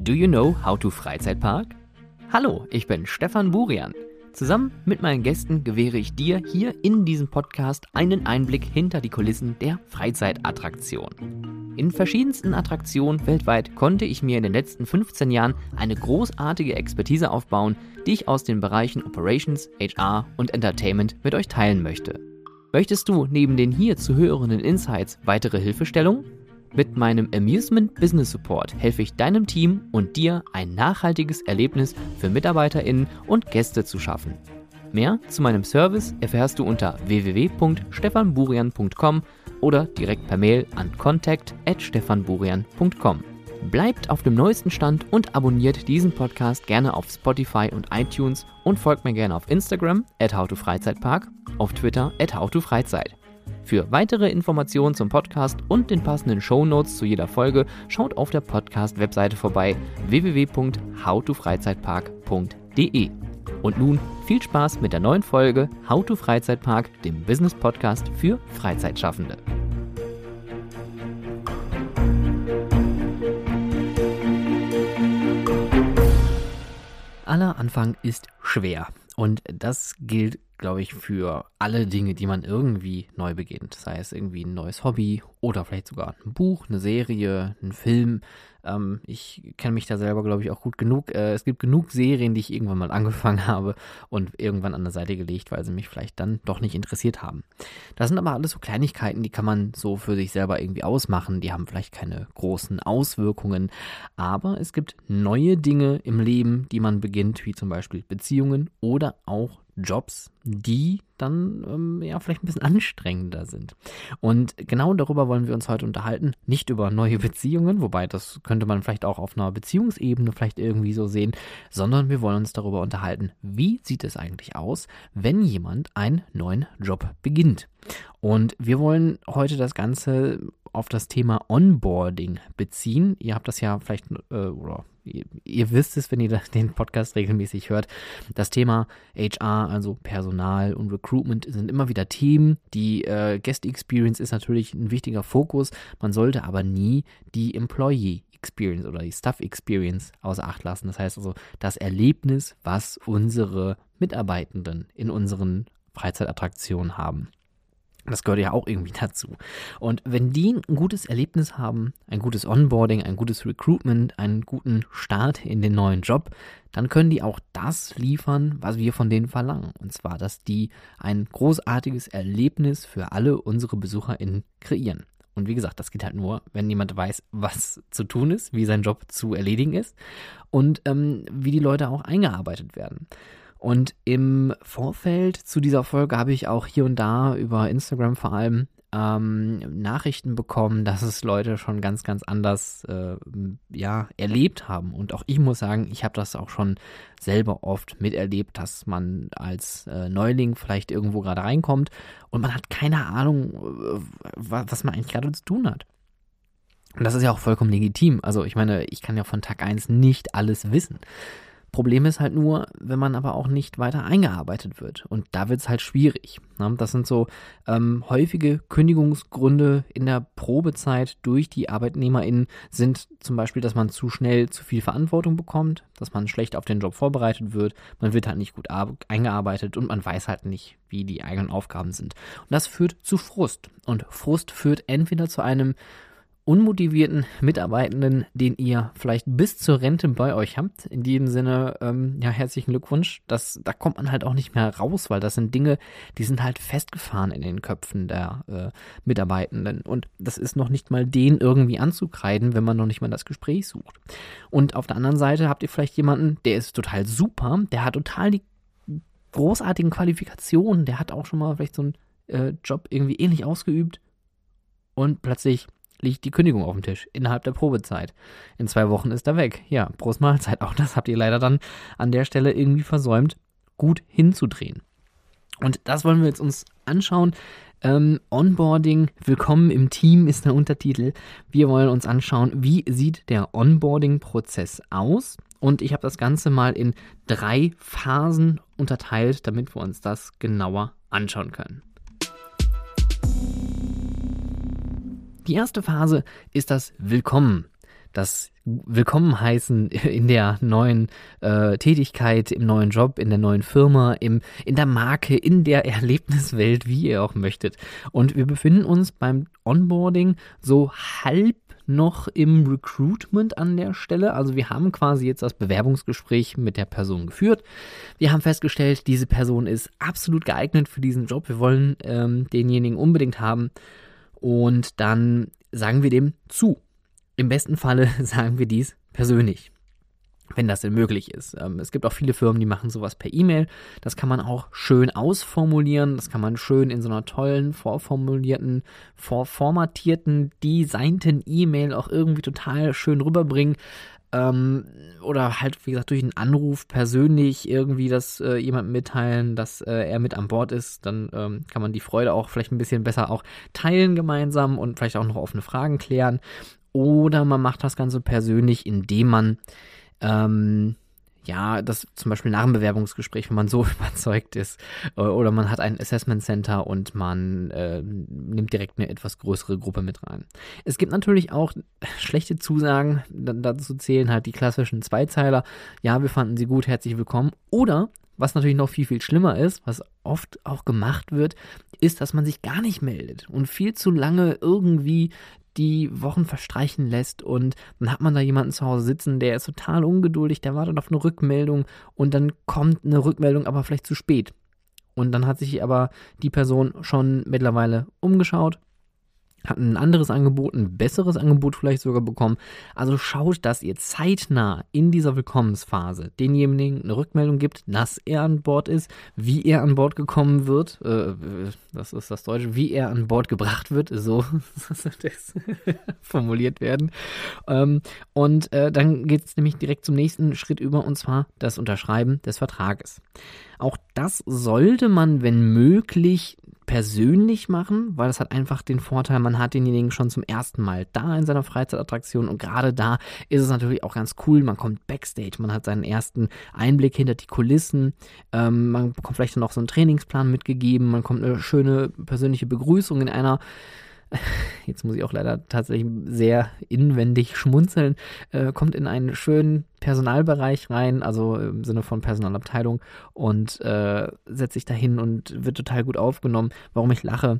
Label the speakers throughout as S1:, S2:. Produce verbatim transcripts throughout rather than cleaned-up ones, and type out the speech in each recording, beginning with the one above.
S1: Do you know how to Freizeitpark? Hallo, ich bin Stefan Burian. Zusammen mit meinen Gästen gewähre ich dir hier in diesem Podcast einen Einblick hinter die Kulissen der Freizeitattraktion. In verschiedensten Attraktionen weltweit konnte ich mir in den letzten fünfzehn Jahren eine großartige Expertise aufbauen, die ich aus den Bereichen Operations, H R und Entertainment mit euch teilen möchte. Möchtest du neben den hier zu hörenden Insights weitere Hilfestellungen? Mit meinem Amusement Business Support helfe ich deinem Team und dir, ein nachhaltiges Erlebnis für MitarbeiterInnen und Gäste zu schaffen. Mehr zu meinem Service erfährst du unter w w w punkt stefan burian punkt com oder direkt per Mail an contact at stefan burian punkt com. Bleibt auf dem neuesten Stand und abonniert diesen Podcast gerne auf Spotify und iTunes und folgt mir gerne auf Instagram at howtofreizeitpark, auf Twitter at howtofreizeit. Für weitere Informationen zum Podcast und den passenden Shownotes zu jeder Folge schaut auf der Podcast-Webseite vorbei w w w punkt howtofreizeitpark punkt d e. Und nun viel Spaß mit der neuen Folge How to Freizeitpark, dem Business-Podcast für Freizeitschaffende. Aller Anfang ist schwer. Und das gilt, glaube ich, für alle Dinge, die man irgendwie neu beginnt. Sei es irgendwie ein neues Hobby oder vielleicht sogar ein Buch, eine Serie, ein Film. Ähm, ich kenne mich da selber, glaube ich, auch gut genug. Äh, es gibt genug Serien, die ich irgendwann mal angefangen habe und irgendwann an der Seite gelegt, weil sie mich vielleicht dann doch nicht interessiert haben. Das sind aber alles so Kleinigkeiten, die kann man so für sich selber irgendwie ausmachen. Die haben vielleicht keine großen Auswirkungen. Aber es gibt neue Dinge im Leben, die man beginnt, wie zum Beispiel Beziehungen oder auch Jobs, die dann ähm, ja vielleicht ein bisschen anstrengender sind. Und genau darüber wollen wir uns heute unterhalten. Nicht über neue Beziehungen, wobei das könnte man vielleicht auch auf einer Beziehungsebene vielleicht irgendwie so sehen, sondern wir wollen uns darüber unterhalten, wie sieht es eigentlich aus, wenn jemand einen neuen Job beginnt. Und wir wollen heute das Ganze auf das Thema Onboarding beziehen. Ihr habt das ja vielleicht, äh, oder ihr, ihr wisst es, wenn ihr den Podcast regelmäßig hört. Das Thema H R, also Personal und Recruitment, sind immer wieder Themen. Die äh, Guest Experience ist natürlich ein wichtiger Fokus. Man sollte aber nie die Employee Experience oder die Staff Experience außer Acht lassen. Das heißt also das Erlebnis, was unsere Mitarbeitenden in unseren Freizeitattraktionen haben. Das gehört ja auch irgendwie dazu. Und wenn die ein gutes Erlebnis haben, ein gutes Onboarding, ein gutes Recruitment, einen guten Start in den neuen Job, dann können die auch das liefern, was wir von denen verlangen. Und zwar, dass die ein großartiges Erlebnis für alle unsere BesucherInnen kreieren. Und wie gesagt, das geht halt nur, wenn jemand weiß, was zu tun ist, wie sein Job zu erledigen ist und ähm, wie die Leute auch eingearbeitet werden. Und im Vorfeld zu dieser Folge habe ich auch hier und da über Instagram vor allem ähm, Nachrichten bekommen, dass es Leute schon ganz, ganz anders äh, ja, erlebt haben. Und auch ich muss sagen, ich habe das auch schon selber oft miterlebt, dass man als äh, Neuling vielleicht irgendwo gerade reinkommt und man hat keine Ahnung, äh, was man eigentlich gerade zu tun hat. Und das ist ja auch vollkommen legitim. Also ich meine, ich kann ja von Tag eins nicht alles wissen. Problem ist halt nur, wenn man aber auch nicht weiter eingearbeitet wird. Und da wird es halt schwierig. Ne? Das sind so ähm, häufige Kündigungsgründe in der Probezeit durch die ArbeitnehmerInnen sind zum Beispiel, dass man zu schnell zu viel Verantwortung bekommt, dass man schlecht auf den Job vorbereitet wird, man wird halt nicht gut ar- eingearbeitet und man weiß halt nicht, wie die eigenen Aufgaben sind. Und das führt zu Frust. Und Frust führt entweder zu einem unmotivierten Mitarbeitenden, den ihr vielleicht bis zur Rente bei euch habt. In diesem Sinne, ähm, ja, herzlichen Glückwunsch. Das, da kommt man halt auch nicht mehr raus, weil das sind Dinge, die sind halt festgefahren in den Köpfen der äh, Mitarbeitenden. Und das ist noch nicht mal denen irgendwie anzukreiden, wenn man noch nicht mal das Gespräch sucht. Und auf der anderen Seite habt ihr vielleicht jemanden, der ist total super, der hat total die großartigen Qualifikationen, der hat auch schon mal vielleicht so einen äh, Job irgendwie ähnlich ausgeübt und plötzlich liegt die Kündigung auf dem Tisch innerhalb der Probezeit. In zwei Wochen ist er weg. Ja, Prost Mahlzeit. Auch das habt ihr leider dann an der Stelle irgendwie versäumt, gut hinzudrehen. Und das wollen wir jetzt uns anschauen. Ähm, Onboarding, Willkommen im Team ist der Untertitel. Wir wollen uns anschauen, wie sieht der Onboarding-Prozess aus. Und ich habe das Ganze mal in drei Phasen unterteilt, damit wir uns das genauer anschauen können. Die erste Phase ist das Willkommen. das Willkommen heißen in der neuen äh, Tätigkeit, im neuen Job, in der neuen Firma, im, in der Marke, in der Erlebniswelt, wie ihr auch möchtet. Und wir befinden uns beim Onboarding so halb noch im Recruitment an der Stelle. Also wir haben quasi jetzt das Bewerbungsgespräch mit der Person geführt. Wir haben festgestellt, diese Person ist absolut geeignet für diesen Job. Wir wollen ähm, denjenigen unbedingt haben. Und dann sagen wir dem zu. Im besten Falle sagen wir dies persönlich, wenn das denn möglich ist. Ähm, es gibt auch viele Firmen, die machen sowas per E-Mail. Das kann man auch schön ausformulieren. Das kann man schön in so einer tollen, vorformulierten, vorformatierten, designten E-Mail auch irgendwie total schön rüberbringen. Ähm, oder halt, wie gesagt, durch einen Anruf persönlich irgendwie das äh, jemandem mitteilen, dass äh, er mit an Bord ist. Dann ähm, kann man die Freude auch vielleicht ein bisschen besser auch teilen gemeinsam und vielleicht auch noch offene Fragen klären. Oder man macht das Ganze persönlich, indem man ähm, ja, das zum Beispiel nach dem Bewerbungsgespräch, wenn man so überzeugt ist, äh, oder man hat ein Assessment Center und man äh, nimmt direkt eine etwas größere Gruppe mit rein. Es gibt natürlich auch schlechte Zusagen, da, dazu zählen halt die klassischen Zweizeiler, ja, wir fanden Sie gut, herzlich willkommen, oder was natürlich noch viel, viel schlimmer ist, was oft auch gemacht wird, ist, dass man sich gar nicht meldet und viel zu lange irgendwie die Wochen verstreichen lässt und dann hat man da jemanden zu Hause sitzen, der ist total ungeduldig, der wartet auf eine Rückmeldung und dann kommt eine Rückmeldung aber vielleicht zu spät. Und dann hat sich aber die Person schon mittlerweile umgeschaut, hat ein anderes Angebot, ein besseres Angebot vielleicht sogar bekommen. Also schaut, dass ihr zeitnah in dieser Willkommensphase denjenigen eine Rückmeldung gibt, dass er an Bord ist, wie er an Bord gekommen wird, äh, das ist das Deutsche, wie er an Bord gebracht wird, so soll das formuliert werden. Ähm, und äh, dann geht es nämlich direkt zum nächsten Schritt über, und zwar das Unterschreiben des Vertrages. Auch das sollte man, wenn möglich, persönlich machen, weil das hat einfach den Vorteil, man hat denjenigen schon zum ersten Mal da in seiner Freizeitattraktion und gerade da ist es natürlich auch ganz cool, man kommt Backstage, man hat seinen ersten Einblick hinter die Kulissen, ähm, man bekommt vielleicht dann auch so einen Trainingsplan mitgegeben, man kommt eine schöne persönliche Begrüßung in einer, jetzt muss ich auch leider tatsächlich sehr inwendig schmunzeln, äh, kommt in einen schönen Personalbereich rein, also im Sinne von Personalabteilung und äh, setzt sich dahin und wird total gut aufgenommen. Warum ich lache?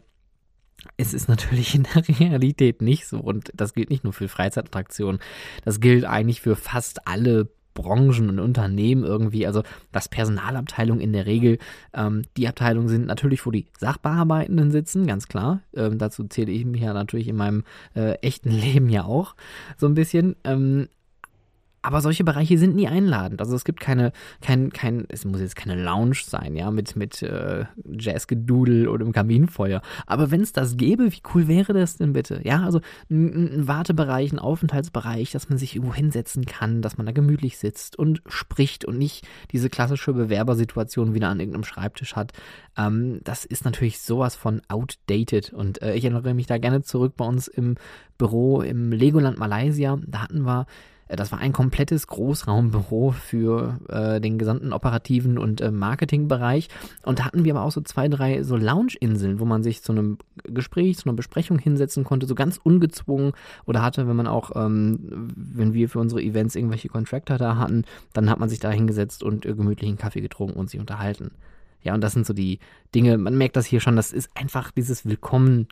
S1: Es ist natürlich in der Realität nicht so und das gilt nicht nur für Freizeitattraktionen, das gilt eigentlich für fast alle Branchen und Unternehmen irgendwie, also das Personalabteilung in der Regel, ähm, die Abteilungen sind natürlich, wo die Sachbearbeitenden sitzen, ganz klar, ähm, dazu zähle ich mich ja natürlich in meinem äh, echten Leben ja auch so ein bisschen, ähm, aber solche Bereiche sind nie einladend. Also es gibt keine, kein, kein, es muss jetzt keine Lounge sein, ja, mit, mit äh, Jazzgedudel oder im Kaminfeuer. Aber wenn es das gäbe, wie cool wäre das denn bitte? Ja, also ein, ein Wartebereich, ein Aufenthaltsbereich, dass man sich irgendwo hinsetzen kann, dass man da gemütlich sitzt und spricht und nicht diese klassische Bewerbersituation wieder an irgendeinem Schreibtisch hat. Ähm, das ist natürlich sowas von outdated. Und äh, ich erinnere mich da gerne zurück bei uns im Büro im Legoland Malaysia. Da hatten wir Das war ein komplettes Großraumbüro für äh, den gesamten operativen und äh, Marketingbereich. Und da hatten wir aber auch so zwei, drei so Lounge-Inseln, wo man sich zu einem Gespräch, zu einer Besprechung hinsetzen konnte, so ganz ungezwungen. Oder hatte, wenn man auch, ähm, wenn wir für unsere Events irgendwelche Contractor da hatten, dann hat man sich da hingesetzt und äh, gemütlichen Kaffee getrunken und sich unterhalten. Ja, und das sind so die Dinge, man merkt das hier schon, das ist einfach dieses Willkommen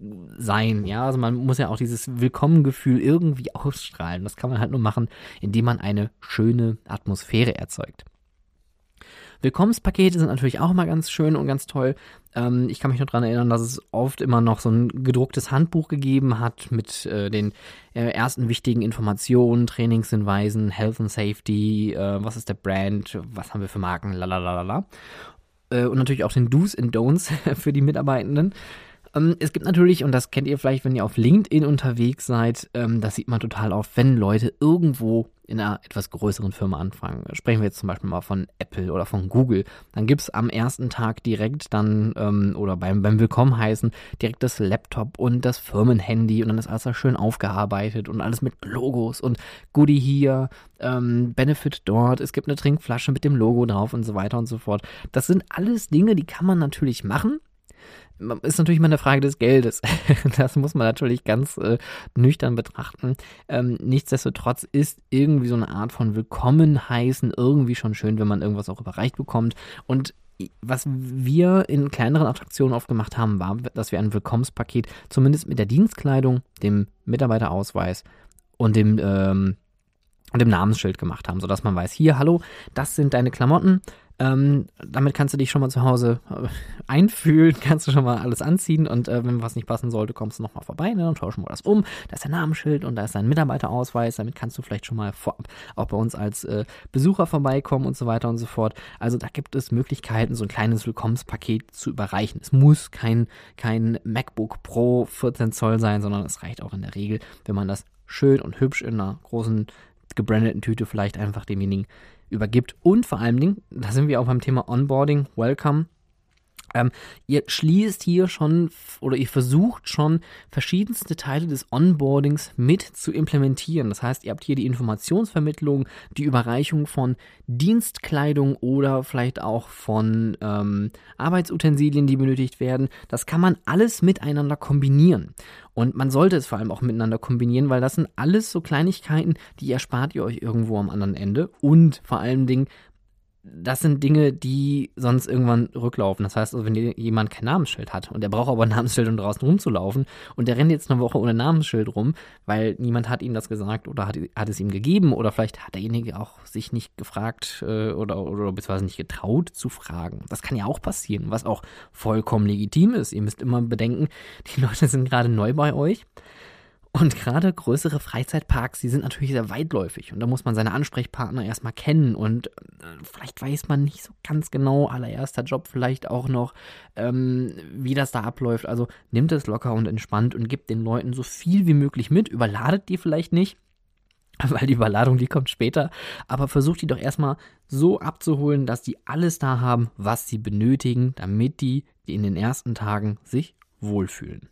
S1: sein, ja, also man muss ja auch dieses Willkommengefühl irgendwie ausstrahlen. Das kann man halt nur machen, indem man eine schöne Atmosphäre erzeugt. Wilkommenspakete sind natürlich auch immer ganz schön und ganz toll. Ähm, ich kann mich noch daran erinnern, dass es oft immer noch so ein gedrucktes Handbuch gegeben hat mit äh, den äh, ersten wichtigen Informationen, Trainingshinweisen, Health and Safety, äh, was ist der Brand, was haben wir für Marken, lalalala. Äh, und natürlich auch den Do's and Don'ts für die Mitarbeitenden. Ähm, es gibt natürlich, und das kennt ihr vielleicht, wenn ihr auf LinkedIn unterwegs seid, ähm, das sieht man total oft, wenn Leute irgendwo in einer etwas größeren Firma anfangen. Sprechen wir jetzt zum Beispiel mal von Apple oder von Google. Dann gibt es am ersten Tag direkt dann, ähm, oder beim, beim Willkommen heißen, direkt das Laptop und das Firmenhandy und dann ist alles da schön aufgearbeitet und alles mit Logos und Goodie hier, ähm, Benefit dort, es gibt eine Trinkflasche mit dem Logo drauf und so weiter und so fort. Das sind alles Dinge, die kann man natürlich machen. Ist natürlich immer eine Frage des Geldes. Das muss man natürlich ganz äh, nüchtern betrachten. Ähm, nichtsdestotrotz ist irgendwie so eine Art von Willkommen heißen irgendwie schon schön, wenn man irgendwas auch überreicht bekommt. Und was wir in kleineren Attraktionen oft gemacht haben, war, dass wir ein Willkommenspaket zumindest mit der Dienstkleidung, dem Mitarbeiterausweis und dem, ähm, dem Namensschild gemacht haben, sodass man weiß, hier, hallo, das sind deine Klamotten. Ähm, damit kannst du dich schon mal zu Hause äh, einfühlen, kannst du schon mal alles anziehen und äh, wenn was nicht passen sollte, kommst du nochmal vorbei, ne, und tauschen wir das um. Da ist dein Namensschild und da ist dein Mitarbeiterausweis, damit kannst du vielleicht schon mal vorab auch bei uns als äh, Besucher vorbeikommen und so weiter und so fort. Also da gibt es Möglichkeiten, so ein kleines Willkommenspaket zu überreichen. Es muss kein, kein MacBook Pro vierzehn Zoll sein, sondern es reicht auch in der Regel, wenn man das schön und hübsch in einer großen, gebrandeten Tüte vielleicht einfach demjenigen übergibt. Und vor allen Dingen, da sind wir auch beim Thema Onboarding, Welcome. Ähm, ihr schließt hier schon oder ihr versucht schon verschiedenste Teile des Onboardings mit zu implementieren. Das heißt, ihr habt hier die Informationsvermittlung, die Überreichung von Dienstkleidung oder vielleicht auch von ähm, Arbeitsutensilien, die benötigt werden. Das kann man alles miteinander kombinieren. Und man sollte es vor allem auch miteinander kombinieren, weil das sind alles so Kleinigkeiten, die erspart ihr euch irgendwo am anderen Ende. Und vor allen Dingen, das sind Dinge, die sonst irgendwann rücklaufen. Das heißt, also, wenn jemand kein Namensschild hat und der braucht aber ein Namensschild, um draußen rumzulaufen und der rennt jetzt eine Woche ohne Namensschild rum, weil niemand hat ihm das gesagt oder hat, hat es ihm gegeben oder vielleicht hat derjenige auch sich nicht gefragt äh, oder, oder beziehungsweise nicht getraut zu fragen. Das kann ja auch passieren, was auch vollkommen legitim ist. Ihr müsst immer bedenken, die Leute sind gerade neu bei euch. Und gerade größere Freizeitparks, die sind natürlich sehr weitläufig und da muss man seine Ansprechpartner erstmal kennen und äh, vielleicht weiß man nicht so ganz genau, allererster Job vielleicht auch noch, ähm, wie das da abläuft. Also nimmt es locker und entspannt und gibt den Leuten so viel wie möglich mit, überladet die vielleicht nicht, weil die Überladung, die kommt später, aber versucht die doch erstmal so abzuholen, dass die alles da haben, was sie benötigen, damit die, die in den ersten Tagen sich wohlfühlen.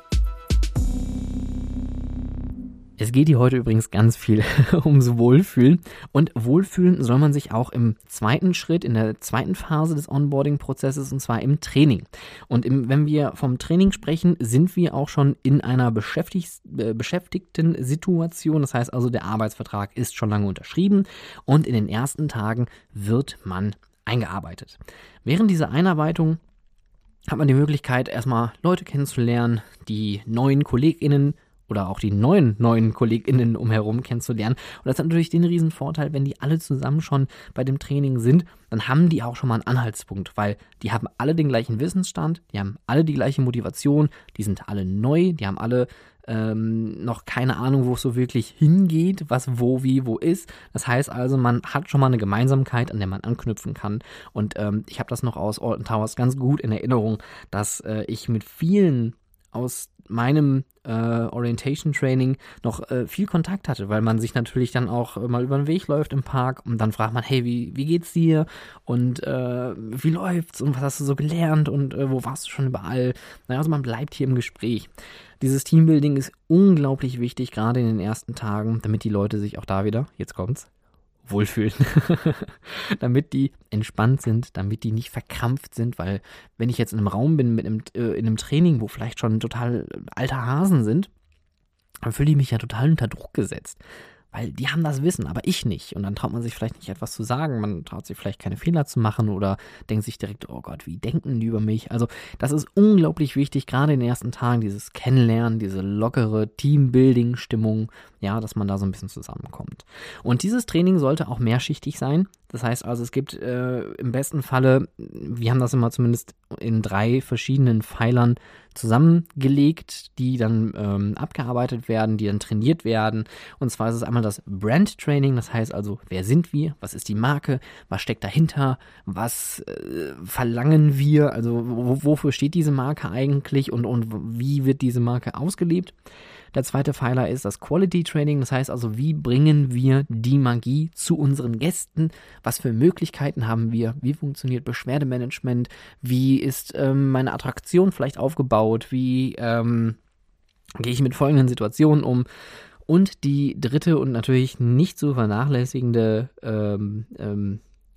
S1: Es geht hier heute übrigens ganz viel ums Wohlfühlen und Wohlfühlen soll man sich auch im zweiten Schritt, in der zweiten Phase des Onboarding-Prozesses und zwar im Training. Und im, wenn wir vom Training sprechen, sind wir auch schon in einer Beschäftigt- äh, beschäftigten Situation. Das heißt also, der Arbeitsvertrag ist schon lange unterschrieben und in den ersten Tagen wird man eingearbeitet. Während dieser Einarbeitung hat man die Möglichkeit, erstmal Leute kennenzulernen, die neuen KollegInnen oder auch die neuen, neuen KollegInnen umherum kennenzulernen. Und das hat natürlich den riesen Vorteil, wenn die alle zusammen schon bei dem Training sind, dann haben die auch schon mal einen Anhaltspunkt, weil die haben alle den gleichen Wissensstand, die haben alle die gleiche Motivation, die sind alle neu, die haben alle ähm, noch keine Ahnung, wo es so wirklich hingeht, was wo, wie, wo ist. Das heißt also, man hat schon mal eine Gemeinsamkeit, an der man anknüpfen kann. Und ähm, ich habe das noch aus Alton Towers ganz gut in Erinnerung, dass äh, ich mit vielen aus meinem äh, Orientation Training noch äh, viel Kontakt hatte, weil man sich natürlich dann auch mal über den Weg läuft im Park und dann fragt man, hey, wie, wie geht's dir und äh, wie läuft's und was hast du so gelernt und äh, wo warst du schon überall? Naja, also man bleibt hier im Gespräch. Dieses Teambuilding ist unglaublich wichtig, gerade in den ersten Tagen, damit die Leute sich auch da wieder, jetzt kommt's, wohlfühlen, damit die entspannt sind, damit die nicht verkrampft sind, weil wenn ich jetzt in einem Raum bin mit einem, äh, in einem Training, wo vielleicht schon total alte Hasen sind, dann fühle ich mich ja total unter Druck gesetzt, weil die haben das Wissen, aber ich nicht und dann traut man sich vielleicht nicht etwas zu sagen, man traut sich vielleicht keine Fehler zu machen oder denkt sich direkt, oh Gott, wie denken die über mich? Also das ist unglaublich wichtig, gerade in den ersten Tagen, dieses Kennenlernen, diese lockere Teambuilding-Stimmung, ja, dass man da so ein bisschen zusammenkommt. Und dieses Training sollte auch mehrschichtig sein. Das heißt also, es gibt äh, im besten Falle, wir haben das immer zumindest in drei verschiedenen Pfeilern zusammengelegt, die dann ähm, abgearbeitet werden, die dann trainiert werden. Und zwar ist es einmal das Brand Training, das heißt also, wer sind wir, was ist die Marke, was steckt dahinter, was äh, verlangen wir, also w- wofür steht diese Marke eigentlich und, und wie wird diese Marke ausgelebt. Der zweite Pfeiler ist das Quality Training, das heißt also, wie bringen wir die Magie zu unseren Gästen, was für Möglichkeiten haben wir, wie funktioniert Beschwerdemanagement, wie ist ähm, meine Attraktion vielleicht aufgebaut, wie ähm, gehe ich mit folgenden Situationen um. Und die dritte und natürlich nicht zu vernachlässigende ähm, ähm,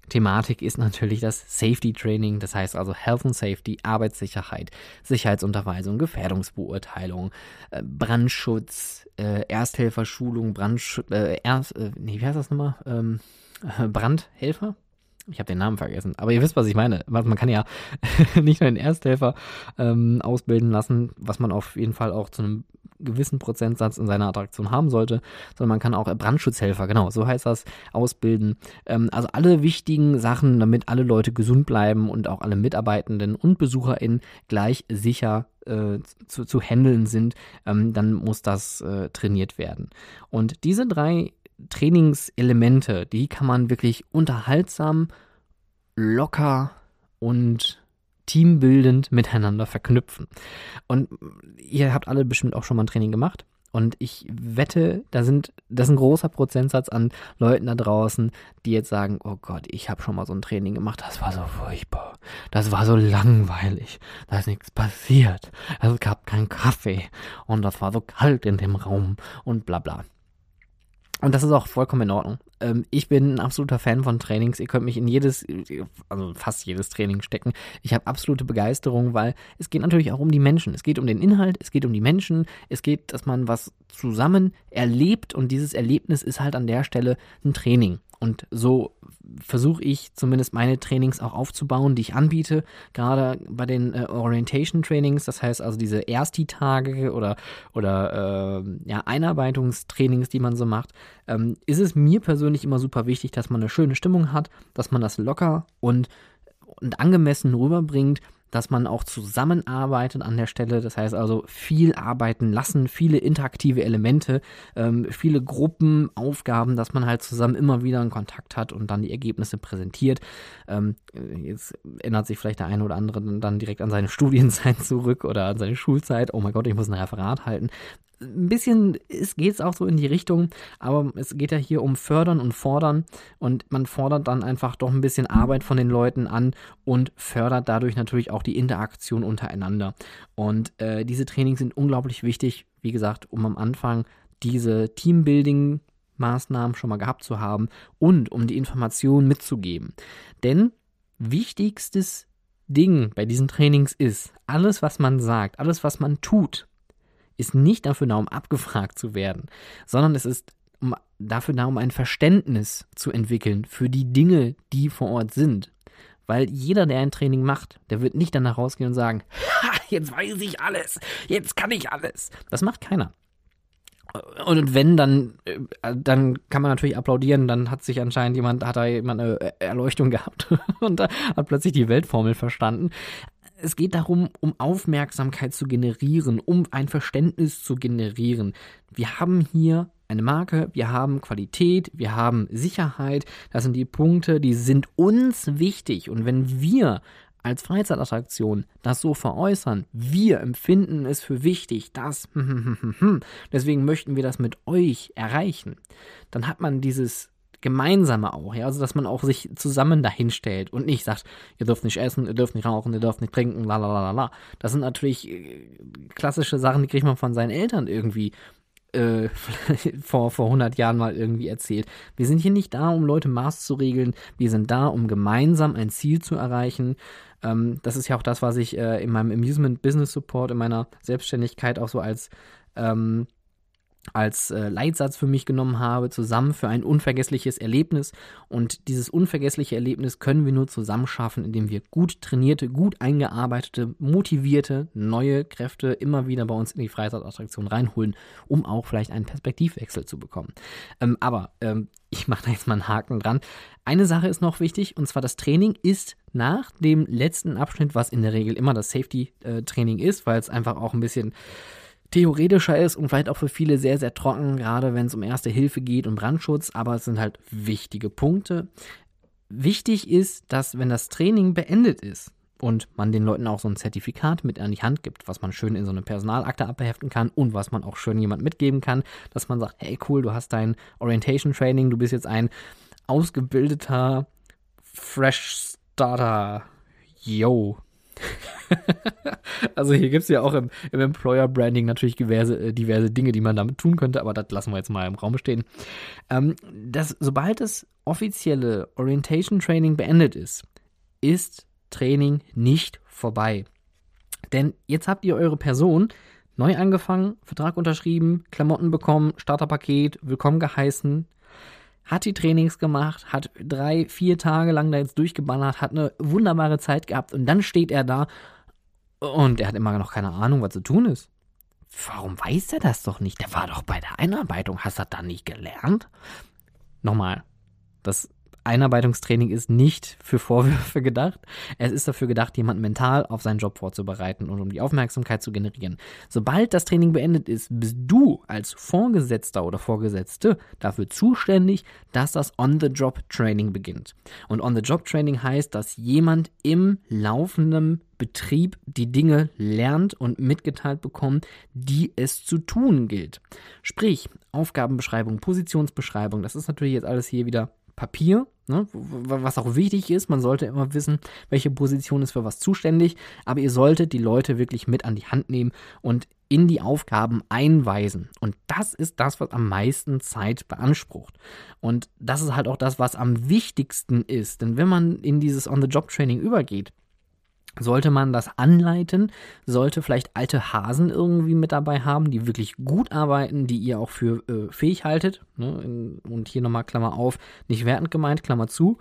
S1: Thematik ist natürlich das Safety Training, das heißt also Health and Safety, Arbeitssicherheit, Sicherheitsunterweisung, Gefährdungsbeurteilung, äh, Brandschutz, äh, Ersthelferschulung, Brandschutz, äh, Erst, äh, nee, wie heißt das nochmal? Ähm, Brandhelfer? Ich habe den Namen vergessen, aber ihr wisst, was ich meine. Man kann ja nicht nur den Ersthelfer ähm, ausbilden lassen, was man auf jeden Fall auch zu einem gewissen Prozentsatz in seiner Attraktion haben sollte, sondern man kann auch Brandschutzhelfer, genau, so heißt das, ausbilden. Ähm, also alle wichtigen Sachen, damit alle Leute gesund bleiben und auch alle Mitarbeitenden und BesucherInnen gleich sicher äh, zu, zu handeln sind, ähm, dann muss das äh, trainiert werden. Und diese drei Trainingselemente, die kann man wirklich unterhaltsam, locker und teambildend miteinander verknüpfen. Und ihr habt alle bestimmt auch schon mal ein Training gemacht. Und ich wette, da sind, das ist ein großer Prozentsatz an Leuten da draußen, die jetzt sagen, oh Gott, ich habe schon mal so ein Training gemacht, das war so furchtbar, das war so langweilig, da ist nichts passiert, es gab keinen Kaffee und das war so kalt in dem Raum und bla bla. Und das ist auch vollkommen in Ordnung. Ähm, ich bin ein absoluter Fan von Trainings. Ihr könnt mich in jedes, also fast jedes Training stecken. Ich habe absolute Begeisterung, weil es geht natürlich auch um die Menschen. Es geht um den Inhalt, es geht um die Menschen. Es geht, dass man was zusammen erlebt und dieses Erlebnis ist halt an der Stelle ein Training. Und so versuche ich zumindest meine Trainings auch aufzubauen, die ich anbiete, gerade bei den äh, Orientation-Trainings, das heißt also diese Ersti-Tage oder, oder äh, ja, Einarbeitungstrainings, die man so macht, ähm, ist es mir persönlich immer super wichtig, dass man eine schöne Stimmung hat, dass man das locker und, und angemessen rüberbringt, dass man auch zusammenarbeitet an der Stelle, das heißt also viel arbeiten lassen, viele interaktive Elemente, ähm, viele Gruppenaufgaben, dass man halt zusammen immer wieder einen Kontakt hat und dann die Ergebnisse präsentiert. Ähm, jetzt erinnert sich vielleicht der eine oder andere dann direkt an seine Studienzeit zurück oder an seine Schulzeit. Oh mein Gott, ich muss ein Referat halten. Ein bisschen geht es auch so in die Richtung, aber es geht ja hier um Fördern und Fordern und man fordert dann einfach doch ein bisschen Arbeit von den Leuten an und fördert dadurch natürlich auch die Interaktion untereinander. Und äh, diese Trainings sind unglaublich wichtig, wie gesagt, um am Anfang diese Teambuilding-Maßnahmen schon mal gehabt zu haben und um die Informationen mitzugeben. Denn wichtigstes Ding bei diesen Trainings ist, alles, was man sagt, alles, was man tut, ist nicht dafür da, um abgefragt zu werden, sondern es ist um, dafür da, um ein Verständnis zu entwickeln für die Dinge, die vor Ort sind. Weil jeder, der ein Training macht, der wird nicht danach rausgehen und sagen, ha, jetzt weiß ich alles, jetzt kann ich alles. Das macht keiner. Und wenn, dann, dann kann man natürlich applaudieren, dann hat sich anscheinend jemand, hat da jemand eine Erleuchtung gehabt und hat plötzlich die Weltformel verstanden. Es geht darum, um Aufmerksamkeit zu generieren, um ein Verständnis zu generieren. Wir haben hier eine Marke, wir haben Qualität, wir haben Sicherheit. Das sind die Punkte, die sind uns wichtig. Und wenn wir als Freizeitattraktion das so veräußern, wir empfinden es für wichtig, dass, deswegen möchten wir das mit euch erreichen, dann hat man dieses Gemeinsame auch, ja, also dass man auch sich zusammen dahin stellt und nicht sagt, ihr dürft nicht essen, ihr dürft nicht rauchen, ihr dürft nicht trinken, la la la la. Das sind natürlich klassische Sachen, die kriegt man von seinen Eltern irgendwie äh, vor, vor hundert Jahren mal irgendwie erzählt. Wir sind hier nicht da, um Leute Maß zu regeln, wir sind da, um gemeinsam ein Ziel zu erreichen. Ähm, das ist ja auch das, was ich äh, in meinem Amusement Business Support, in meiner Selbstständigkeit auch so als ähm, als äh, Leitsatz für mich genommen habe, zusammen für ein unvergessliches Erlebnis. Und dieses unvergessliche Erlebnis können wir nur zusammen schaffen, indem wir gut trainierte, gut eingearbeitete, motivierte, neue Kräfte immer wieder bei uns in die Freizeitattraktion reinholen, um auch vielleicht einen Perspektivwechsel zu bekommen. Ähm, aber ähm, ich mache da jetzt mal einen Haken dran. Eine Sache ist noch wichtig, und zwar das Training ist nach dem letzten Abschnitt, was in der Regel immer das Safety-Training ist, weil es einfach auch ein bisschen theoretischer ist und vielleicht auch für viele sehr, sehr trocken, gerade wenn es um Erste Hilfe geht und Brandschutz, aber es sind halt wichtige Punkte. Wichtig ist, dass wenn das Training beendet ist und man den Leuten auch so ein Zertifikat mit an die Hand gibt, was man schön in so eine Personalakte abheften kann und was man auch schön jemand mitgeben kann, dass man sagt, hey cool, du hast dein Orientation Training, du bist jetzt ein ausgebildeter Fresh Starter, yo. Also hier gibt es ja auch im, im Employer Branding natürlich diverse, diverse Dinge, die man damit tun könnte, aber das lassen wir jetzt mal im Raum stehen. Ähm, das, sobald das offizielle Orientation Training beendet ist, ist Training nicht vorbei. Denn jetzt habt ihr eure Person neu angefangen, Vertrag unterschrieben, Klamotten bekommen, Starterpaket, willkommen geheißen, hat die Trainings gemacht, hat drei, vier Tage lang da jetzt durchgeballert, hat eine wunderbare Zeit gehabt und dann steht er da und er hat immer noch keine Ahnung, was zu tun ist. Warum weiß er das doch nicht? Der war doch bei der Einarbeitung. Hast du das dann nicht gelernt? Nochmal, das Einarbeitungstraining ist nicht für Vorwürfe gedacht. Es ist dafür gedacht, jemanden mental auf seinen Job vorzubereiten und um die Aufmerksamkeit zu generieren. Sobald das Training beendet ist, bist du als Vorgesetzter oder Vorgesetzte dafür zuständig, dass das On-the-Job-Training beginnt. Und On-the-Job-Training heißt, dass jemand im laufenden Betrieb die Dinge lernt und mitgeteilt bekommt, die es zu tun gilt. Sprich, Aufgabenbeschreibung, Positionsbeschreibung, das ist natürlich jetzt alles hier wieder Papier, ne, was auch wichtig ist. Man sollte immer wissen, welche Position ist für was zuständig, aber ihr solltet die Leute wirklich mit an die Hand nehmen und in die Aufgaben einweisen. Und das ist das, was am meisten Zeit beansprucht. Und das ist halt auch das, was am wichtigsten ist. Denn wenn man in dieses On-the-Job-Training übergeht, sollte man das anleiten, sollte vielleicht alte Hasen irgendwie mit dabei haben, die wirklich gut arbeiten, die ihr auch für äh, fähig haltet, ne? Und hier nochmal Klammer auf, nicht wertend gemeint, Klammer zu,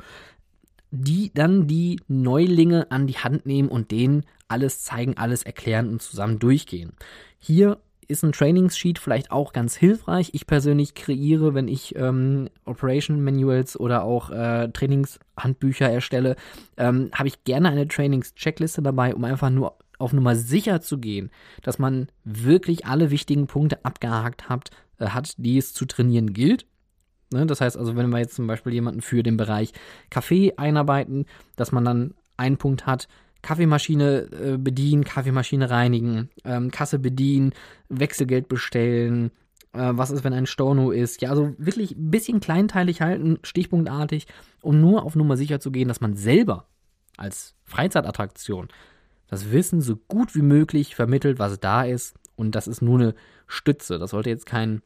S1: die dann die Neulinge an die Hand nehmen und denen alles zeigen, alles erklären und zusammen durchgehen. Hier ist ein Trainingssheet vielleicht auch ganz hilfreich. Ich persönlich kreiere, wenn ich ähm, Operation Manuals oder auch äh, Trainingshandbücher erstelle, ähm, habe ich gerne eine Trainings-Checkliste dabei, um einfach nur auf Nummer sicher zu gehen, dass man wirklich alle wichtigen Punkte abgehakt hat, äh, hat, die es zu trainieren gilt. Ne? Das heißt also, wenn wir jetzt zum Beispiel jemanden für den Bereich Kaffee einarbeiten, dass man dann einen Punkt hat, Kaffeemaschine äh, bedienen, Kaffeemaschine reinigen, ähm, Kasse bedienen, Wechselgeld bestellen, äh, was ist, wenn ein Storno ist. Ja, also wirklich ein bisschen kleinteilig halten, stichpunktartig, um nur auf Nummer sicher zu gehen, dass man selber als Freizeitattraktion das Wissen so gut wie möglich vermittelt, was da ist. Und das ist nur eine Stütze. Das sollte jetzt kein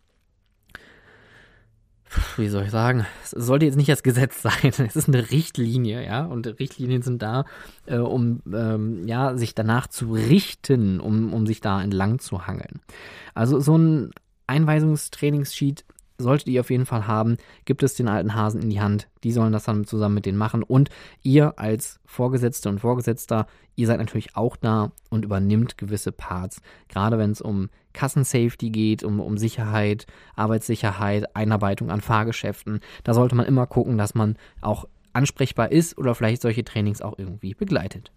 S1: wie soll ich sagen, es sollte jetzt nicht das Gesetz sein, es ist eine Richtlinie, ja, und Richtlinien sind da, äh, um, ähm, ja, sich danach zu richten, um, um sich da entlang zu hangeln. Also so ein Einweisungstrainingssheet solltet ihr auf jeden Fall haben, gibt es den alten Hasen in die Hand, die sollen das dann zusammen mit denen machen und ihr als Vorgesetzte und Vorgesetzter, ihr seid natürlich auch da und übernimmt gewisse Parts, gerade wenn es um Kassensafety geht, um, um Sicherheit, Arbeitssicherheit, Einarbeitung an Fahrgeschäften, da sollte man immer gucken, dass man auch ansprechbar ist oder vielleicht solche Trainings auch irgendwie begleitet.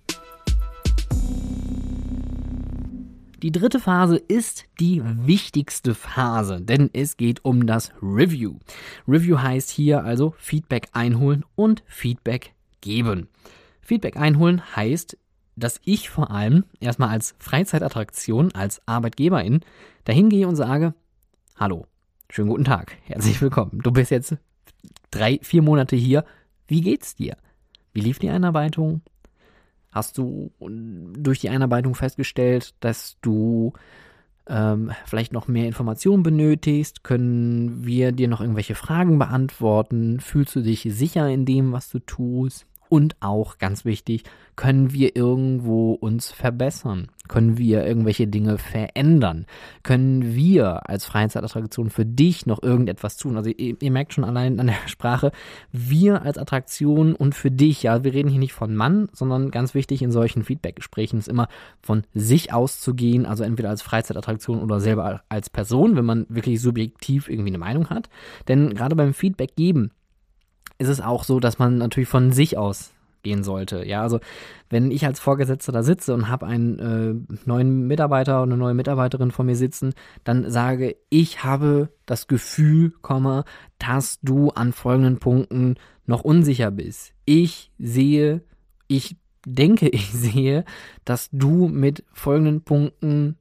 S1: Die dritte Phase ist die wichtigste Phase, denn es geht um das Review. Review heißt hier also Feedback einholen und Feedback geben. Feedback einholen heißt, dass ich vor allem erstmal als Freizeitattraktion, als Arbeitgeberin dahin gehe und sage, hallo, schönen guten Tag, herzlich willkommen. Du bist jetzt drei, vier Monate hier. Wie geht's dir? Wie lief die Einarbeitung? Hast du durch die Einarbeitung festgestellt, dass du ähm, vielleicht noch mehr Informationen benötigst? Können wir dir noch irgendwelche Fragen beantworten? Fühlst du dich sicher in dem, was du tust? Und auch, ganz wichtig, können wir irgendwo uns verbessern? Können wir irgendwelche Dinge verändern? Können wir als Freizeitattraktion für dich noch irgendetwas tun? Also ihr, ihr merkt schon allein an der Sprache, wir als Attraktion und für dich, ja, wir reden hier nicht von Mann, sondern ganz wichtig in solchen Feedback-Gesprächen ist immer von sich auszugehen, also entweder als Freizeitattraktion oder selber als Person, wenn man wirklich subjektiv irgendwie eine Meinung hat. Denn gerade beim Feedback geben ist es auch so, dass man natürlich von sich aus gehen sollte. Ja, also wenn ich als Vorgesetzter da sitze und habe einen äh, neuen Mitarbeiter oder eine neue Mitarbeiterin vor mir sitzen, dann sage ich habe das Gefühl, Komma, dass du an folgenden Punkten noch unsicher bist. Ich sehe, ich denke, ich sehe, dass du mit folgenden Punkten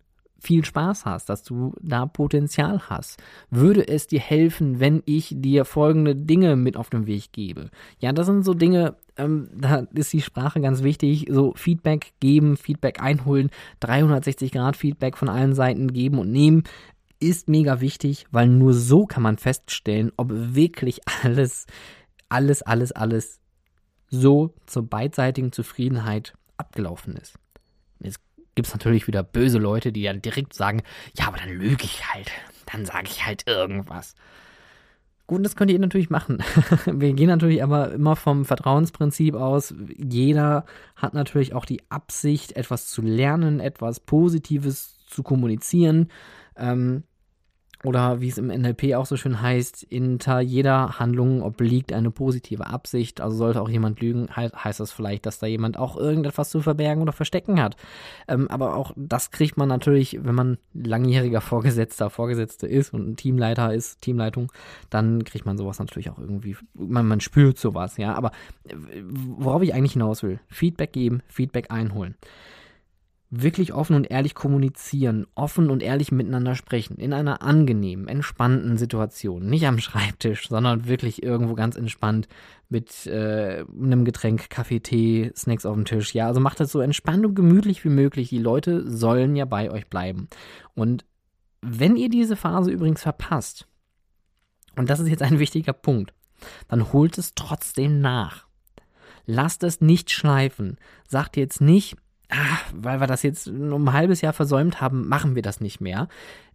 S1: viel Spaß hast, dass du da Potenzial hast. Würde es dir helfen, wenn ich dir folgende Dinge mit auf den Weg gebe? Ja, das sind so Dinge, ähm, da ist die Sprache ganz wichtig, so Feedback geben, Feedback einholen, dreihundertsechzig Grad Feedback von allen Seiten geben und nehmen, ist mega wichtig, weil nur so kann man feststellen, ob wirklich alles, alles, alles, alles so zur beidseitigen Zufriedenheit abgelaufen ist. Jetzt gibt es natürlich wieder böse Leute, die dann direkt sagen, ja, aber dann lüge ich halt, dann sage ich halt irgendwas. Gut, das könnt ihr natürlich machen. Wir gehen natürlich aber immer vom Vertrauensprinzip aus. Jeder hat natürlich auch die Absicht, etwas zu lernen, etwas Positives zu kommunizieren. Ähm, Oder wie es im N L P auch so schön heißt, hinter jeder Handlung obliegt eine positive Absicht. Also sollte auch jemand lügen, heißt das vielleicht, dass da jemand auch irgendetwas zu verbergen oder verstecken hat. Ähm, aber auch das kriegt man natürlich, wenn man langjähriger Vorgesetzter, Vorgesetzte ist und ein Teamleiter ist, Teamleitung, dann kriegt man sowas natürlich auch irgendwie, man, man spürt sowas, ja. Aber worauf ich eigentlich hinaus will, Feedback geben, Feedback einholen. Wirklich offen und ehrlich kommunizieren, offen und ehrlich miteinander sprechen, in einer angenehmen, entspannten Situation. Nicht am Schreibtisch, sondern wirklich irgendwo ganz entspannt mit äh, einem Getränk, Kaffee, Tee, Snacks auf dem Tisch. Ja, also macht das so entspannt und gemütlich wie möglich. Die Leute sollen ja bei euch bleiben. Und wenn ihr diese Phase übrigens verpasst, und das ist jetzt ein wichtiger Punkt, dann holt es trotzdem nach. Lasst es nicht schleifen. Sagt jetzt nicht, ah, weil wir das jetzt um ein halbes Jahr versäumt haben, machen wir das nicht mehr.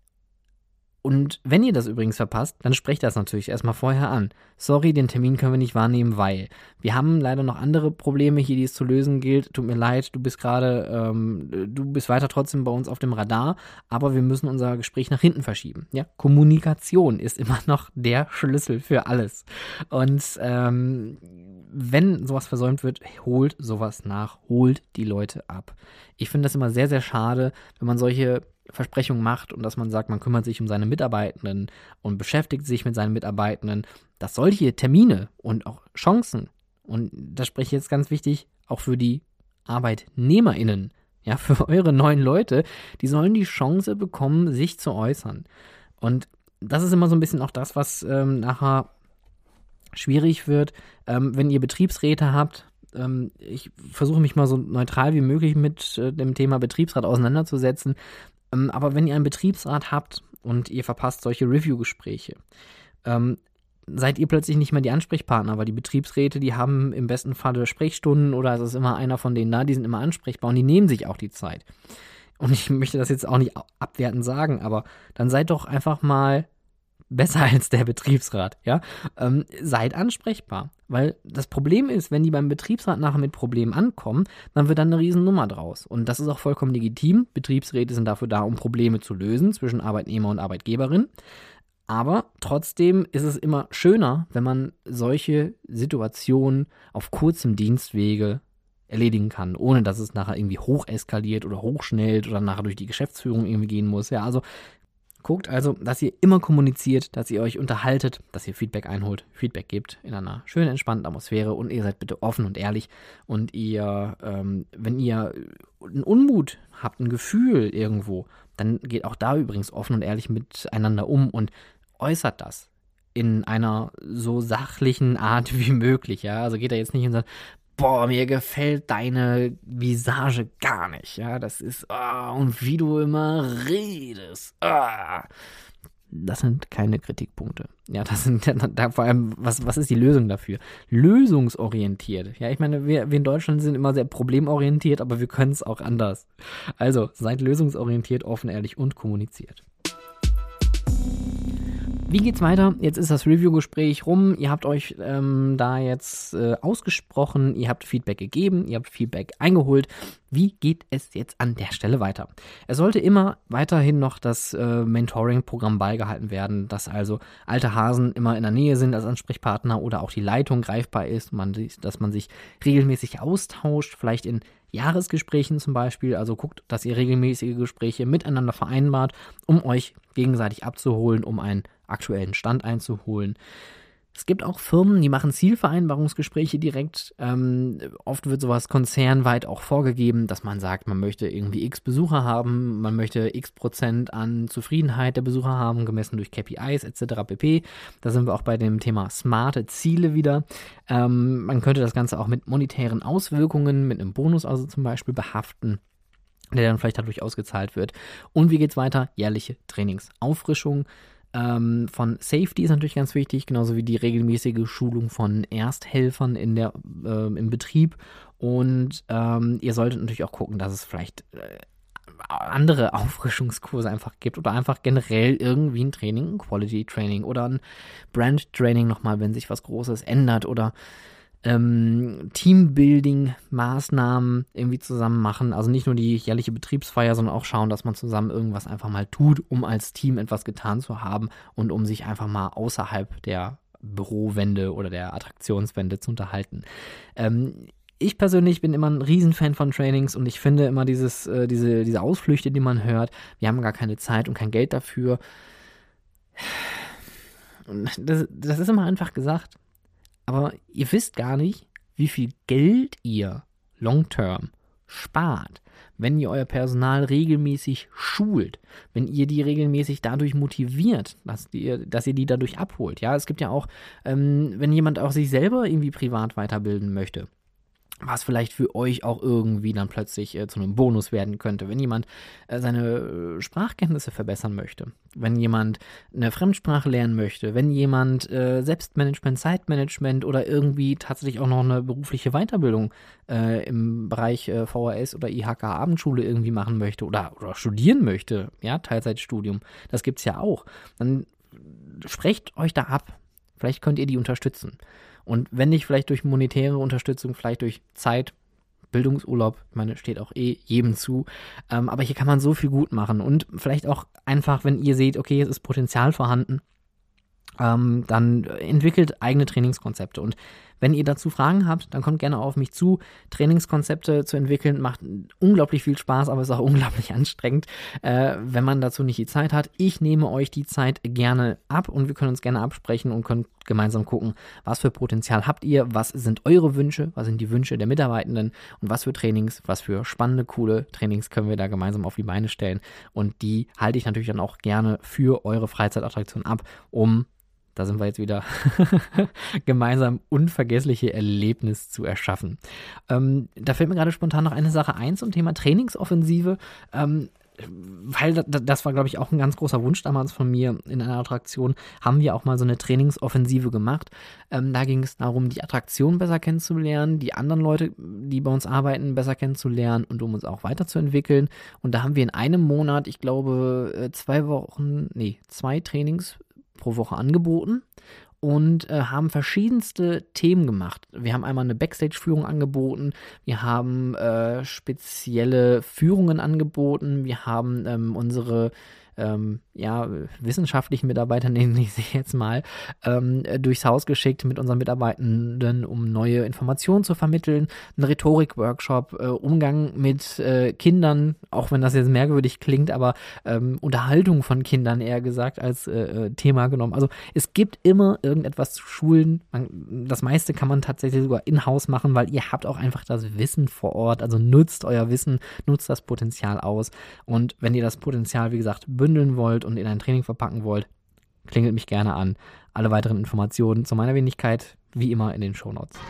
S1: Und wenn ihr das übrigens verpasst, dann sprecht das natürlich erstmal vorher an. Sorry, den Termin können wir nicht wahrnehmen, weil wir haben leider noch andere Probleme hier, die es zu lösen gilt. Tut mir leid, du bist gerade, ähm, du bist weiter trotzdem bei uns auf dem Radar, aber wir müssen unser Gespräch nach hinten verschieben. Ja, Kommunikation ist immer noch der Schlüssel für alles. Und ähm, wenn sowas versäumt wird, holt sowas nach, holt die Leute ab. Ich finde das immer sehr, sehr schade, wenn man solche Versprechungen macht und dass man sagt, man kümmert sich um seine Mitarbeitenden und beschäftigt sich mit seinen Mitarbeitenden, dass solche Termine und auch Chancen, und das spreche ich jetzt ganz wichtig, auch für die ArbeitnehmerInnen, ja, für eure neuen Leute, die sollen die Chance bekommen, sich zu äußern. Und das ist immer so ein bisschen auch das, was ähm, nachher schwierig wird, ähm, wenn ihr Betriebsräte habt. Ähm, ich versuche mich mal so neutral wie möglich mit äh, dem Thema Betriebsrat auseinanderzusetzen. Ähm, aber wenn ihr einen Betriebsrat habt und ihr verpasst solche Review-Gespräche, ähm, seid ihr plötzlich nicht mehr die Ansprechpartner, weil die Betriebsräte, die haben im besten Falle Sprechstunden oder es ist immer einer von denen da, die sind immer ansprechbar und die nehmen sich auch die Zeit. Und ich möchte das jetzt auch nicht abwertend sagen, aber dann seid doch einfach mal besser als der Betriebsrat, ja, ähm, seid ansprechbar, weil das Problem ist, wenn die beim Betriebsrat nachher mit Problemen ankommen, dann wird dann eine Riesennummer draus und das ist auch vollkommen legitim. Betriebsräte sind dafür da, um Probleme zu lösen zwischen Arbeitnehmer und Arbeitgeberin, aber trotzdem ist es immer schöner, wenn man solche Situationen auf kurzem Dienstwege erledigen kann, ohne dass es nachher irgendwie hoch eskaliert oder hochschnellt oder nachher durch die Geschäftsführung irgendwie gehen muss, ja, also guckt also, dass ihr immer kommuniziert, dass ihr euch unterhaltet, dass ihr Feedback einholt, Feedback gebt in einer schönen, entspannten Atmosphäre und ihr seid bitte offen und ehrlich und ihr, ähm, wenn ihr einen Unmut habt, ein Gefühl irgendwo, dann geht auch da übrigens offen und ehrlich miteinander um und äußert das in einer so sachlichen Art wie möglich, ja, also geht da jetzt nicht und sagt, boah, mir gefällt deine Visage gar nicht, ja, das ist, oh, und wie du immer redest, oh. Das sind keine Kritikpunkte, ja, das sind, da, vor allem, was, was ist die Lösung dafür? Lösungsorientiert, ja, ich meine, wir, wir in Deutschland sind immer sehr problemorientiert, aber wir können es auch anders, also seid lösungsorientiert, offen, ehrlich und kommuniziert. Wie geht's weiter? Jetzt ist das Review-Gespräch rum. Ihr habt euch ähm, da jetzt äh, ausgesprochen, ihr habt Feedback gegeben, ihr habt Feedback eingeholt. Wie geht es jetzt an der Stelle weiter? Es sollte immer weiterhin noch das äh, Mentoring-Programm beigehalten werden, dass also alte Hasen immer in der Nähe sind als Ansprechpartner oder auch die Leitung greifbar ist, man, dass man sich regelmäßig austauscht, vielleicht in Jahresgesprächen zum Beispiel, also guckt, dass ihr regelmäßige Gespräche miteinander vereinbart, um euch gegenseitig abzuholen, um einen aktuellen Stand einzuholen. Es gibt auch Firmen, die machen Zielvereinbarungsgespräche direkt. Ähm, oft wird sowas konzernweit auch vorgegeben, dass man sagt, man möchte irgendwie x Besucher haben, man möchte x Prozent an Zufriedenheit der Besucher haben, gemessen durch K P Is et cetera pp. Da sind wir auch bei dem Thema smarte Ziele wieder. Ähm, man könnte das Ganze auch mit monetären Auswirkungen, mit einem Bonus also zum Beispiel behaften, der dann vielleicht dadurch ausgezahlt wird. Und wie geht's weiter? Jährliche Trainingsauffrischung. Ähm, von Safety ist natürlich ganz wichtig, genauso wie die regelmäßige Schulung von Ersthelfern in der, äh, im Betrieb. Und ähm, ihr solltet natürlich auch gucken, dass es vielleicht äh, andere Auffrischungskurse einfach gibt oder einfach generell irgendwie ein Training, ein Quality Training oder ein Brand Training nochmal, wenn sich was Großes ändert oder Ähm, Teambuilding-Maßnahmen irgendwie zusammen machen, also nicht nur die jährliche Betriebsfeier, sondern auch schauen, dass man zusammen irgendwas einfach mal tut, um als Team etwas getan zu haben und um sich einfach mal außerhalb der Bürowände oder der Attraktionswände zu unterhalten. Ähm, ich persönlich bin immer ein Riesenfan von Trainings und ich finde immer dieses, äh, diese, diese Ausflüchte, die man hört, wir haben gar keine Zeit und kein Geld dafür. Das, das ist immer einfach gesagt. Aber ihr wisst gar nicht, wie viel Geld ihr long-term spart, wenn ihr euer Personal regelmäßig schult, wenn ihr die regelmäßig dadurch motiviert, dass ihr, dass ihr die dadurch abholt. Ja, es gibt ja auch, ähm, wenn jemand auch sich selber irgendwie privat weiterbilden möchte, was vielleicht für euch auch irgendwie dann plötzlich äh, zu einem Bonus werden könnte, wenn jemand äh, seine äh, Sprachkenntnisse verbessern möchte, wenn jemand eine Fremdsprache lernen möchte, wenn jemand äh, Selbstmanagement, Zeitmanagement oder irgendwie tatsächlich auch noch eine berufliche Weiterbildung äh, im Bereich äh, V H S oder I H K Abendschule irgendwie machen möchte oder, oder studieren möchte, ja, Teilzeitstudium, das gibt's ja auch, dann sprecht euch da ab, vielleicht könnt ihr die unterstützen. Und wenn nicht vielleicht durch monetäre Unterstützung, vielleicht durch Zeit, Bildungsurlaub, ich meine, steht auch eh jedem zu. Ähm, aber hier kann man so viel gut machen. Und vielleicht auch einfach, wenn ihr seht, okay, es ist Potenzial vorhanden, ähm, dann entwickelt eigene Trainingskonzepte. Und wenn ihr dazu Fragen habt, dann kommt gerne auf mich zu. Trainingskonzepte zu entwickeln macht unglaublich viel Spaß, aber ist auch unglaublich anstrengend, äh, wenn man dazu nicht die Zeit hat. Ich nehme euch die Zeit gerne ab und wir können uns gerne absprechen und können gemeinsam gucken, was für Potenzial habt ihr, was sind eure Wünsche, was sind die Wünsche der Mitarbeitenden und was für Trainings, was für spannende, coole Trainings können wir da gemeinsam auf die Beine stellen. Und die halte ich natürlich dann auch gerne für eure Freizeitattraktion ab, um da sind wir jetzt wieder gemeinsam unvergessliche Erlebnis zu erschaffen. Ähm, da fällt mir gerade spontan noch eine Sache ein zum Thema Trainingsoffensive, ähm, weil das war, glaube ich, auch ein ganz großer Wunsch damals von mir in einer Attraktion, haben wir auch mal so eine Trainingsoffensive gemacht. Ähm, da ging es darum, die Attraktion besser kennenzulernen, die anderen Leute, die bei uns arbeiten, besser kennenzulernen und um uns auch weiterzuentwickeln. Und da haben wir in einem Monat, ich glaube, zwei Wochen, nee, zwei Trainings pro Woche angeboten und äh, haben verschiedenste Themen gemacht. Wir haben einmal eine Backstage-Führung angeboten, wir haben äh, spezielle Führungen angeboten, wir haben ähm, unsere ähm, ja, wissenschaftlichen Mitarbeiter, nenne ich sie jetzt mal, ähm, durchs Haus geschickt mit unseren Mitarbeitenden, um neue Informationen zu vermitteln. Ein Rhetorik-Workshop, äh, Umgang mit äh, Kindern, auch wenn das jetzt merkwürdig klingt, aber ähm, Unterhaltung von Kindern eher gesagt als äh, Thema genommen. Also es gibt immer irgendetwas zu schulen. Man, das meiste kann man tatsächlich sogar in-house machen, weil ihr habt auch einfach das Wissen vor Ort. Also nutzt euer Wissen, nutzt das Potenzial aus. Und wenn ihr das Potenzial, wie gesagt, bündeln wollt und in ein Training verpacken wollt, klingelt mich gerne an. Alle weiteren Informationen zu meiner Wenigkeit, wie immer, in den Shownotes.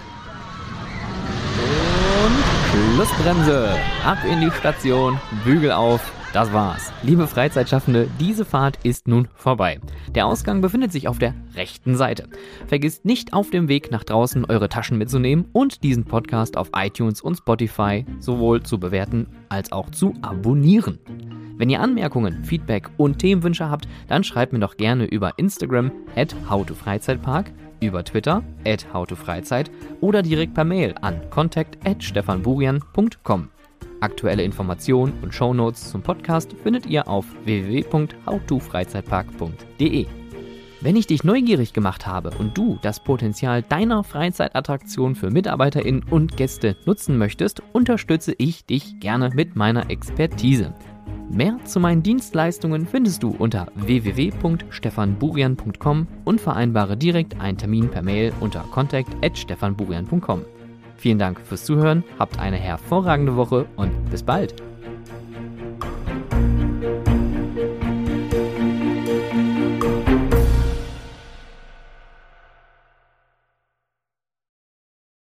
S1: Und Schlussbremse. Ab in die Station, Bügel auf. Das war's. Liebe Freizeitschaffende, diese Fahrt ist nun vorbei. Der Ausgang befindet sich auf der rechten Seite. Vergisst nicht, auf dem Weg nach draußen eure Taschen mitzunehmen und diesen Podcast auf iTunes und Spotify sowohl zu bewerten als auch zu abonnieren. Wenn ihr Anmerkungen, Feedback und Themenwünsche habt, dann schreibt mir doch gerne über Instagram at howtofreizeitpark, über Twitter at howtofreizeit oder direkt per Mail an contact at stefanburian punkt com. Aktuelle Informationen und Shownotes zum Podcast findet ihr auf w w w punkt howtofreizeitpark punkt de. Wenn ich dich neugierig gemacht habe und du das Potenzial deiner Freizeitattraktion für MitarbeiterInnen und Gäste nutzen möchtest, unterstütze ich dich gerne mit meiner Expertise. Mehr zu meinen Dienstleistungen findest du unter w w w punkt stefan burian punkt com und vereinbare direkt einen Termin per Mail unter contact at stefan burian punkt com. Vielen Dank fürs Zuhören, habt eine hervorragende Woche und bis bald!